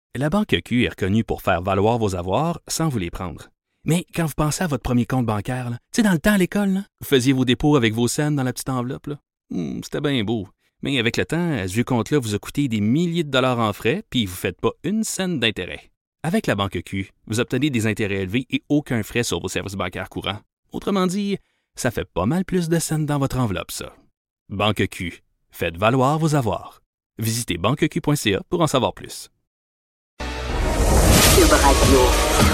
La Banque Q est reconnue pour faire valoir vos avoirs sans vous les prendre. Mais quand vous pensez à votre premier compte bancaire, tu sais, dans le temps à l'école, là, vous faisiez vos dépôts avec vos scènes dans la petite enveloppe. Là. C'était bien beau. Mais avec le temps, ce vieux compte-là vous a coûté des milliers de dollars en frais, puis vous ne faites pas une scène d'intérêt. Avec la Banque Q, vous obtenez des intérêts élevés et aucun frais sur vos services bancaires courants. Autrement dit, ça fait pas mal plus de scènes dans votre enveloppe, ça. Banque Q. Faites valoir vos avoirs. Visitez banqueq.ca pour en savoir plus. Cube Radio.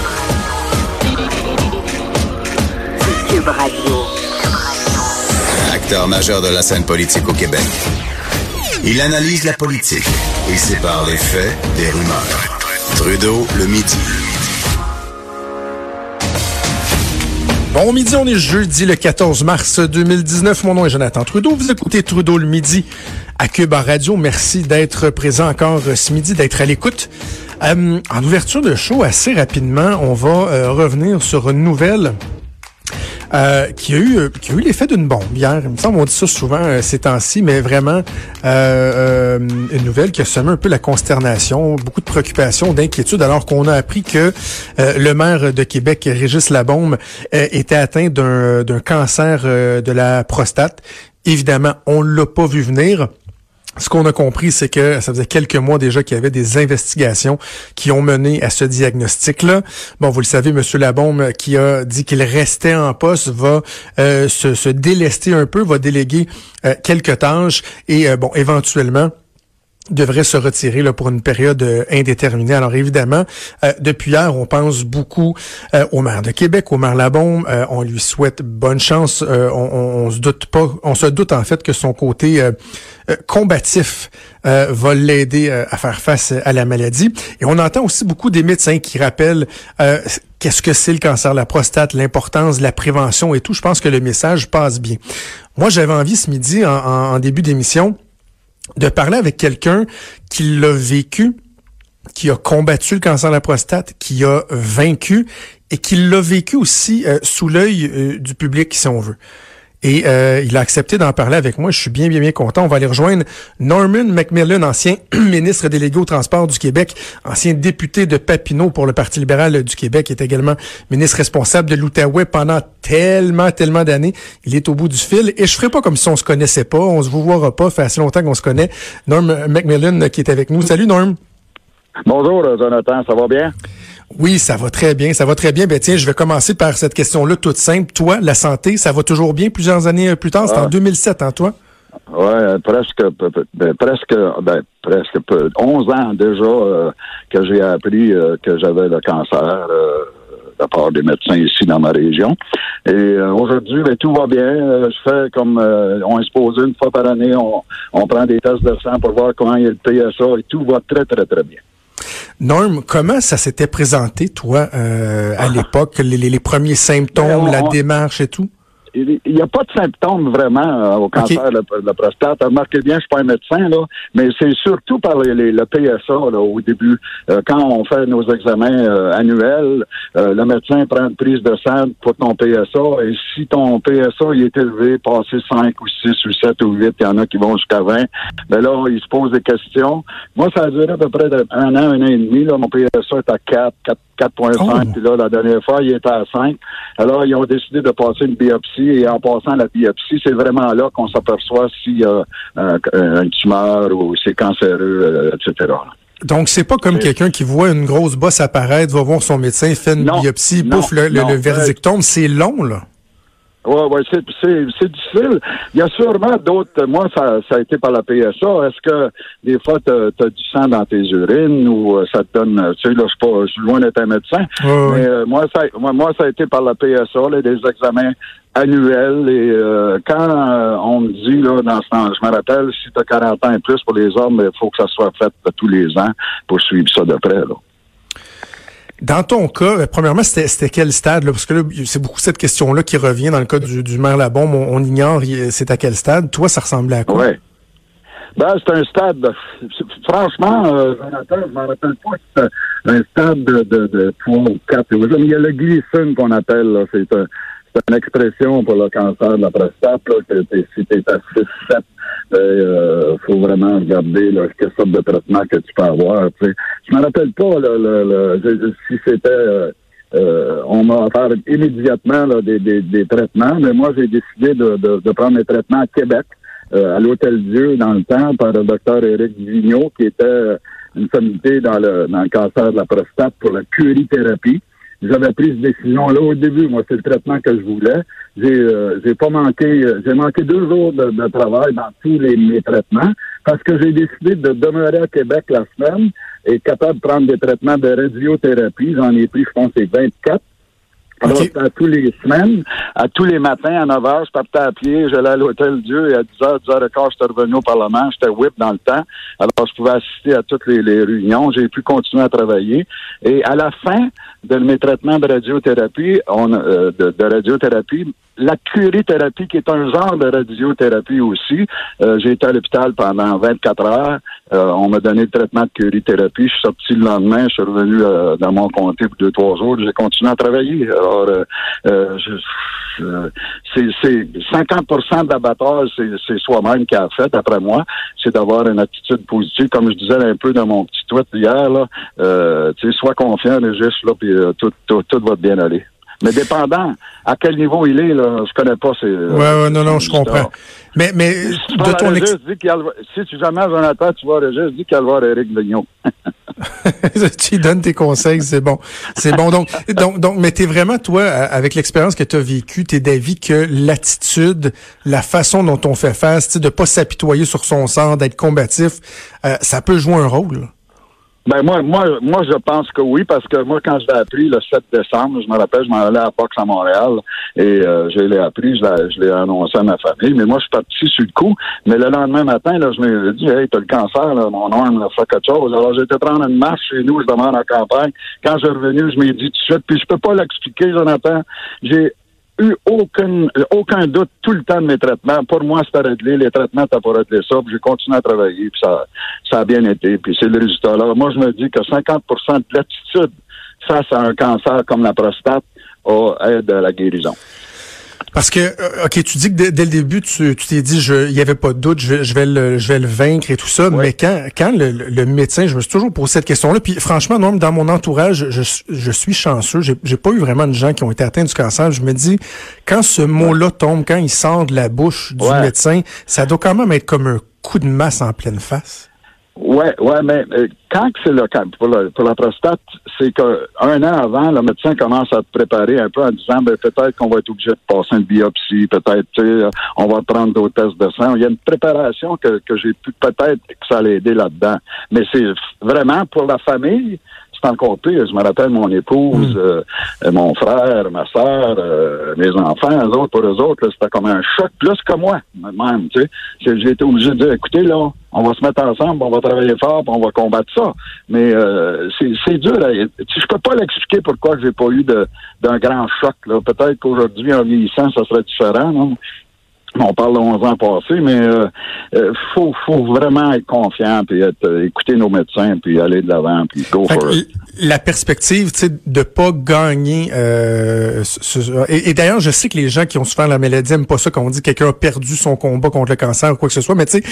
Cube Radio. Acteur majeur de la scène politique au Québec. Il analyse la politique et sépare les faits des rumeurs. Trudeau le midi. Bon midi, on est jeudi le 14 mars 2019. Mon nom est Jonathan Trudeau. Vous écoutez Trudeau le midi à Cube Radio. Merci d'être présent encore ce midi, d'être à l'écoute. En ouverture de show, assez rapidement, on va revenir sur une nouvelle qui a eu l'effet d'une bombe hier. Il me semble qu'on dit ça souvent ces temps-ci, mais vraiment une nouvelle qui a semé un peu la consternation, beaucoup de préoccupations, d'inquiétudes, alors qu'on a appris que le maire de Québec, Régis Labaume, était atteint d'un cancer de la prostate. Évidemment, on l'a pas vu venir. Ce qu'on a compris, c'est que ça faisait quelques mois déjà qu'il y avait des investigations qui ont mené à ce diagnostic-là. Bon, vous le savez, M. Labaume, qui a dit qu'il restait en poste, va se délester un peu, va déléguer quelques tâches et, éventuellement, devrait se retirer là pour une période indéterminée. Alors évidemment, depuis hier, on pense beaucoup au maire de Québec, au maire Labaume. On lui souhaite bonne chance. On se doute en fait que son côté combatif va l'aider à faire face à la maladie. Et on entend aussi beaucoup des médecins qui rappellent qu'est-ce que c'est le cancer de la prostate, l'importance de la prévention et tout. Je pense que le message passe bien. Moi, j'avais envie ce midi, en début d'émission, de parler avec quelqu'un qui l'a vécu, qui a combattu le cancer de la prostate, qui a vaincu et qui l'a vécu aussi sous l'œil du public, si on veut. Et il a accepté d'en parler avec moi. Je suis bien content. On va aller rejoindre Norman McMillan, ancien ministre délégué au transport du Québec, ancien député de Papineau pour le Parti libéral du Québec, est également ministre responsable de l'Outaouais pendant tellement d'années. Il est au bout du fil. Et je ferai pas comme si on se connaissait pas. On se vous verra pas. Ça fait assez longtemps qu'on se connaît. Norm McMillan qui est avec nous. Salut, Norm. Bonjour, Jonathan. Ça va bien? Oui, ça va très bien. Ben tiens, je vais commencer par cette question-là toute simple. Toi, la santé, ça va toujours bien plusieurs années plus tard? C'est en 2007, hein, toi? Ouais, presque 11 ans déjà que j'ai appris que j'avais le cancer de la part des médecins ici dans ma région. Et aujourd'hui, tout va bien. Je fais comme on est supposé une fois par année, on prend des tests de sang pour voir comment il y a le PSA et tout va très bien. Norm, comment ça s'était présenté, toi, à l'époque, les premiers symptômes, la démarche et tout? Il n'y a pas de symptômes vraiment au cancer de la prostate. Remarquez bien, je suis pas un médecin, là, mais c'est surtout par le PSA là, au début. Quand on fait nos examens annuels, le médecin prend une prise de sang pour ton PSA et si ton PSA il est élevé, passé 5 ou 6 ou 7 ou 8, il y en a qui vont jusqu'à 20, ben là, il se pose des questions. Moi, ça a duré à peu près un an et demi. Là, mon PSA est à 4.5, puis là, la dernière fois, il était à 5. Alors, ils ont décidé de passer une biopsie, et en passant la biopsie, c'est vraiment là qu'on s'aperçoit s'il y a une tumeur ou c'est cancéreux, etc. Donc, c'est pas comme quelqu'un qui voit une grosse bosse apparaître, va voir son médecin, fait une biopsie, pouf, le verdict tombe. C'est long, là. Ouais, c'est difficile. Il y a sûrement d'autres. Moi, ça a été par la PSA. Est-ce que des fois t'as du sang dans tes urines ou ça te donne. Tu sais, là, je suis loin d'être un médecin. Mais moi, ça a été par la PSA, là, des examens annuels. Et quand on me dit là, dans ce temps, je me rappelle, si t'as 40 ans et plus pour les hommes, il faut que ça soit fait tous les ans pour suivre ça de près, là. Dans ton cas, premièrement, c'était quel stade, là? Parce que là, c'est beaucoup cette question-là qui revient dans le cas du maire Labaume. On ignore c'est à quel stade. Toi, ça ressemblait à quoi? Ouais. C'est un stade, franchement, Jonathan, je m'en rappelle pas que c'est un stade de 3 ou 4. Il y a le glycine qu'on appelle, là. C'est une expression pour le cancer de la prostate, là, que si t'es à 6, 7 faut vraiment regarder là, quelle sorte de traitement que tu peux avoir. Tu sais. Je me rappelle pas si c'était on m'a offert immédiatement là, des traitements, mais moi j'ai décidé de prendre les traitements à Québec, à l'Hôtel-Dieu dans le temps, par le docteur Éric Vigneault, qui était une sommité dans le cancer de la prostate pour la curithérapie. J'avais pris cette décision-là au début. Moi, c'est le traitement que je voulais. J'ai manqué 2 jours de travail dans tous mes traitements parce que j'ai décidé de demeurer à Québec la semaine et capable de prendre des traitements de radiothérapie. J'en ai pris, je pense, c'est 24. Alors, okay. À tous les semaines, à tous les matins, à 9h, je partais à pied, j'allais à l'Hôtel-Dieu et à 10h, 10h15, j'étais revenu au Parlement, j'étais whip dans le temps. Alors, je pouvais assister à toutes les réunions, j'ai pu continuer à travailler. Et à la fin de mes traitements de radiothérapie, la curithérapie, qui est un genre de radiothérapie aussi, j'ai été à l'hôpital pendant 24 heures. On m'a donné le traitement de curithérapie. Je suis sorti le lendemain, je suis revenu dans mon comté pour 2-3 jours. J'ai continué à travailler. Alors, c'est 50% de l'abattage, c'est soi-même qui a fait, d'après moi. C'est d'avoir une attitude positive. Comme je disais un peu dans mon petit tweet hier, là, sois confiant, Régis, là, puis tout va bien aller. Mais dépendant à quel niveau il est, là, je connais pas ces... non, je comprends. Mais si de ton si tu jamais Jonathan, tu vois Régis, dis qu'il va voir Éric Vigneault. Tu lui donnes tes conseils, c'est bon. C'est bon. Donc, mais t'es vraiment, toi, avec l'expérience que tu as vécue, t'es d'avis que l'attitude, la façon dont on fait face, de pas s'apitoyer sur son sort, d'être combatif, ça peut jouer un rôle. Ben moi, je pense que oui, parce que moi, quand je l'ai appris le 7 décembre, je me rappelle, je m'en allais à la boxe à Montréal et je l'ai appris, je l'ai annoncé à ma famille, mais moi, je suis parti sur le coup. Mais le lendemain matin, là, je me dit, hey, t'as le cancer, là, mon arme, là, fait quelque chose. Alors, j'ai été prendre une marche chez nous, je demande en campagne. Quand je suis revenu, je m'ai dit tout de suite, puis je peux pas l'expliquer, Jonathan, j'ai eu aucun doute tout le temps de mes traitements. Pour moi, c'était réglé. Les traitements, t'as pas réglé ça. Puis j'ai continué à travailler. Puis ça a bien été. Puis c'est le résultat là. Moi, je me dis que 50% de l'attitude face à un cancer comme la prostate aide à la guérison. Parce que, OK, tu dis que dès le début, tu t'es dit, il y avait pas de doute, je vais le vaincre et tout ça. Oui. Mais quand le médecin, je me suis toujours posé cette question-là. Puis franchement, non, dans mon entourage, je suis chanceux. J'ai pas eu vraiment de gens qui ont été atteints du cancer. Je me dis, quand ce mot-là tombe, quand il sort de la bouche du médecin, ça doit quand même être comme un coup de masse en pleine face. Ouais, mais quand c'est le cas pour la prostate, c'est qu'un an avant, le médecin commence à te préparer un peu en disant peut-être qu'on va être obligé de passer une biopsie, peut-être on va prendre d'autres tests de sang. Il y a une préparation que j'ai pu peut-être que ça allait aider là-dedans. Mais c'est vraiment pour la famille. C'est encore pire. Je me rappelle mon épouse, mon frère, ma sœur, mes enfants, pour eux autres, là, c'était comme un choc, plus que moi, même, tu sais. J'ai été obligé de dire, écoutez, là, on va se mettre ensemble, on va travailler fort, puis on va combattre ça. Mais c'est dur. Je peux pas l'expliquer pourquoi j'ai pas eu d'un grand choc, là. Peut-être qu'aujourd'hui, en vieillissant, ça serait différent, non? On parle de 11 ans passés, mais faut vraiment être confiant, puis écouter nos médecins, puis aller de l'avant, puis go for it. La perspective, tu sais, de pas gagner. Et d'ailleurs, je sais que les gens qui ont souffert la maladie aiment pas ça quand on dit que quelqu'un a perdu son combat contre le cancer ou quoi que ce soit. Mais tu sais,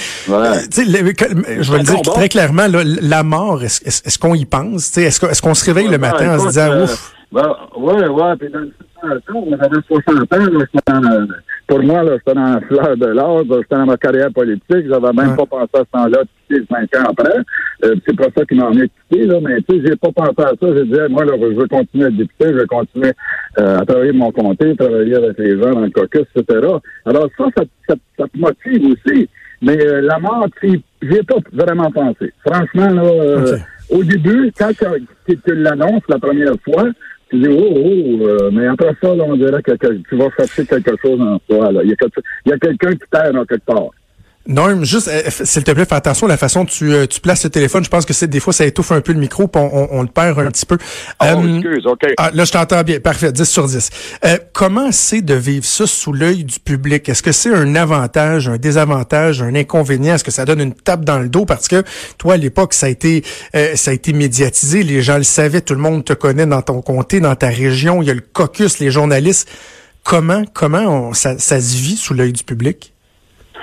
je vais le dire très clairement, là, la mort, est-ce qu'on y pense? Tu sais, est-ce qu'on se réveille le matin en se disant ouf? Puis dans une situation, j'avais 60 ans, là, pour moi, là, j'étais dans la fleur de l'âge, j'étais dans ma carrière politique, j'avais même pas pensé à ce temps-là de quitter 5 ans après. C'est pas ça qui m'en est quitté, là, mais tu sais, j'ai pas pensé à ça. J'ai dit, moi, là, je veux continuer à être député, je veux continuer à travailler de mon comté, travailler avec les gens dans le caucus, etc. Alors ça te motive aussi. Mais la mort, j'y ai pas vraiment pensé. Franchement, là, au début, quand tu l'annonces la première fois, tu dis, mais après ça, là, on dirait que tu vas chercher quelque chose en toi. Là. Il y a quelqu'un qui t'aide en quelque part. Non, juste, s'il te plaît, fais attention à la façon dont tu places le téléphone. Je pense que des fois, ça étouffe un peu le micro, puis on le perd un petit peu. Excuse, OK. Là, je t'entends bien. Parfait, 10 sur 10. Comment c'est de vivre ça sous l'œil du public? Est-ce que c'est un avantage, un désavantage, un inconvénient? Est-ce que ça donne une tape dans le dos? Parce que, toi, à l'époque, ça a été médiatisé. Les gens le savaient. Tout le monde te connaît dans ton comté, dans ta région. Il y a le caucus, les journalistes. Comment ça se vit sous l'œil du public?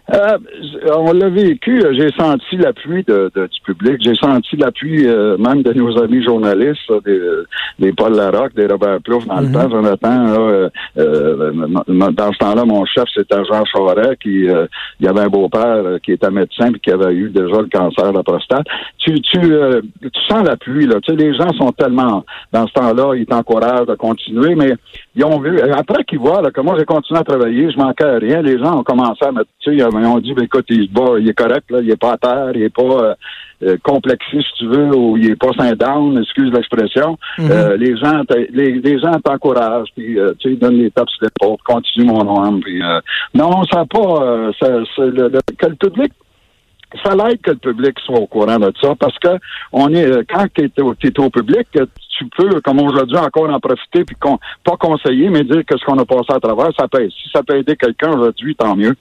On l'a vécu, j'ai senti l'appui du public, j'ai senti l'appui même de nos amis journalistes, des Paul Larocque, des Robert Plouffe dans le temps, Jonathan. Dans ce temps-là, mon chef, c'était Jean Charest, il y avait un beau-père qui était médecin et qui avait eu déjà le cancer de la prostate. Tu sens l'appui, là. Tu sais, les gens sont tellement, dans ce temps-là, ils t'encouragent à continuer, mais ils ont vu, après qu'ils voient là, que moi j'ai continué à travailler, je manquais à rien, les gens ont commencé à me, tu sais, ils ont dit, ben, écoute, il est correct, là, il est pas à terre, il est pas complexé, si tu veux, ou il est pas saint down, excuse l'expression. Les gens t'encouragent, puis tu sais, donnent les taps sur l'épaule, continue mon homme, puis non, ça n'a pas, que le public, ça l'aide que le public soit au courant de ça, parce que on est, quand tu es au public, tu peux, comme aujourd'hui, encore en profiter, puis pas conseiller, mais dire que ce qu'on a passé à travers, ça peut, si ça peut aider quelqu'un aujourd'hui, tant mieux.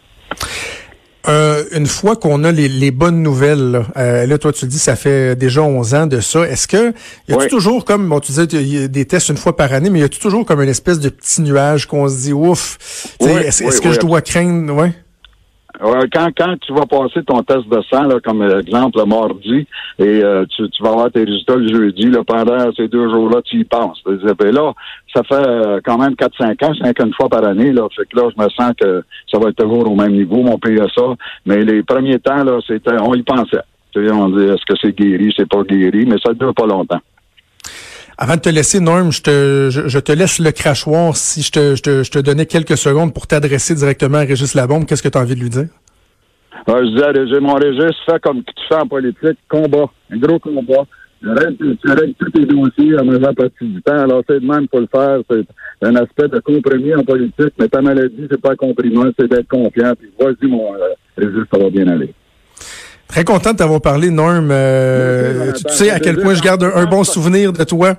Une fois qu'on a les bonnes nouvelles, là, toi, tu dis, ça fait déjà 11 ans de ça. Est-ce que, y a-tu toujours comme, bon, tu disais, il y a des tests une fois par année, mais y a-tu toujours comme une espèce de petit nuage qu'on se dit, ouf, est-ce que je dois craindre, Quand tu vas passer ton test de sang, là, comme exemple le mardi, et tu vas avoir tes résultats le jeudi, là, pendant ces 2 jours-là, tu y penses. Ben là, ça fait quand même 4-5 ans, 5 fois par année, là. Fait que là, je me sens que ça va être toujours au même niveau, mon PSA. Mais les premiers temps, là, on y pensait. Tu sais, on dit, est-ce que c'est guéri, c'est pas guéri, mais ça ne dure pas longtemps. Avant de te laisser, Norm, je te laisse le crachoir. Si je te donnais quelques secondes pour t'adresser directement à Régis Labombe, qu'est-ce que tu as envie de lui dire? Je dis à Régis, mon Régis, fais comme tu fais en politique, combat, un gros combat. Tu règles tous tes dossiers en faisant partie du temps. Alors, c'est de même pour le faire. C'est un aspect de compromis en politique, mais ta maladie, c'est pas un compromis, c'est d'être confiant. Puis vas-y, mon Régis, ça va bien aller. Très content de t'avoir parlé, Norm. Tu sais à quel point je garde un bon souvenir de toi.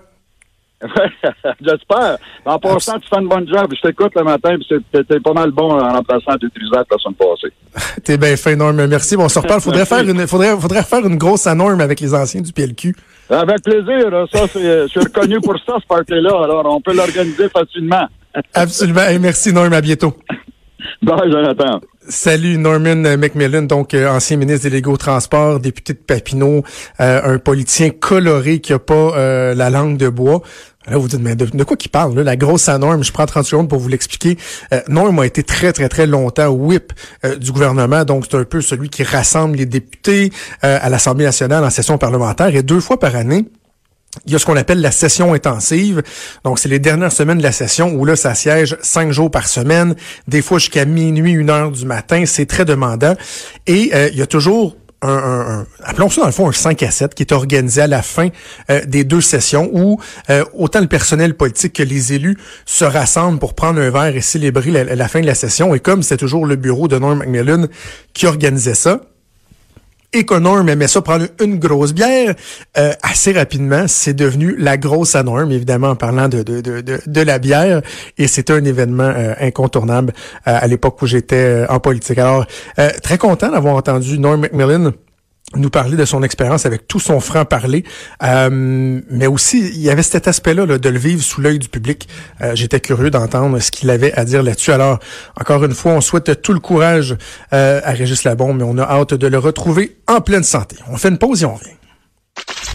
J'espère. En passant, tu fais une bonne job. Je t'écoute le matin, puis t'es pas mal bon en remplaçant tes trisates la semaine passée. T'es bien fin, Norm. Merci. Bon, on se reparle. Faudrait faire une grosse à Norm avec les anciens du PLQ. Avec plaisir. Ça, je suis reconnu pour ça, ce party-là. Alors, on peut l'organiser facilement. Absolument. Hey, merci, Norm. À bientôt. Bye, Jonathan. Salut, Norman McMillan, donc ancien ministre des Légaux Transports, député de Papineau, un politicien coloré qui a pas la langue de bois. Là, vous dites, mais de quoi qu'il parle, là? La grosse à Norm, je prends 30 secondes pour vous l'expliquer. Norm a été très, très, très longtemps whip du gouvernement, donc c'est un peu celui qui rassemble les députés à l'Assemblée nationale en session parlementaire, et 2 fois par année, il y a ce qu'on appelle la session intensive. Donc, c'est les dernières semaines de la session où là, ça siège 5 jours par semaine, des fois jusqu'à minuit, 1h du matin. C'est très demandant. Et il y a toujours appelons ça dans le fond un 5 à 7 qui est organisé à la fin des 2 sessions où autant le personnel politique que les élus se rassemblent pour prendre un verre et célébrer la fin de la session. Et comme c'est toujours le bureau de Norm McMillan qui organisait ça, et que Norm aimait ça prendre une grosse bière, assez rapidement, c'est devenu la grosse à Norm, évidemment, en parlant de la bière, et c'était un événement incontournable à l'époque où j'étais en politique. Alors, très content d'avoir entendu Norm McMillan nous parler de son expérience avec tout son franc-parler, mais aussi, il y avait cet aspect-là là, de le vivre sous l'œil du public. J'étais curieux d'entendre ce qu'il avait à dire là-dessus. Alors, encore une fois, on souhaite tout le courage à Régis Labombe, mais on a hâte de le retrouver en pleine santé. On fait une pause et on revient.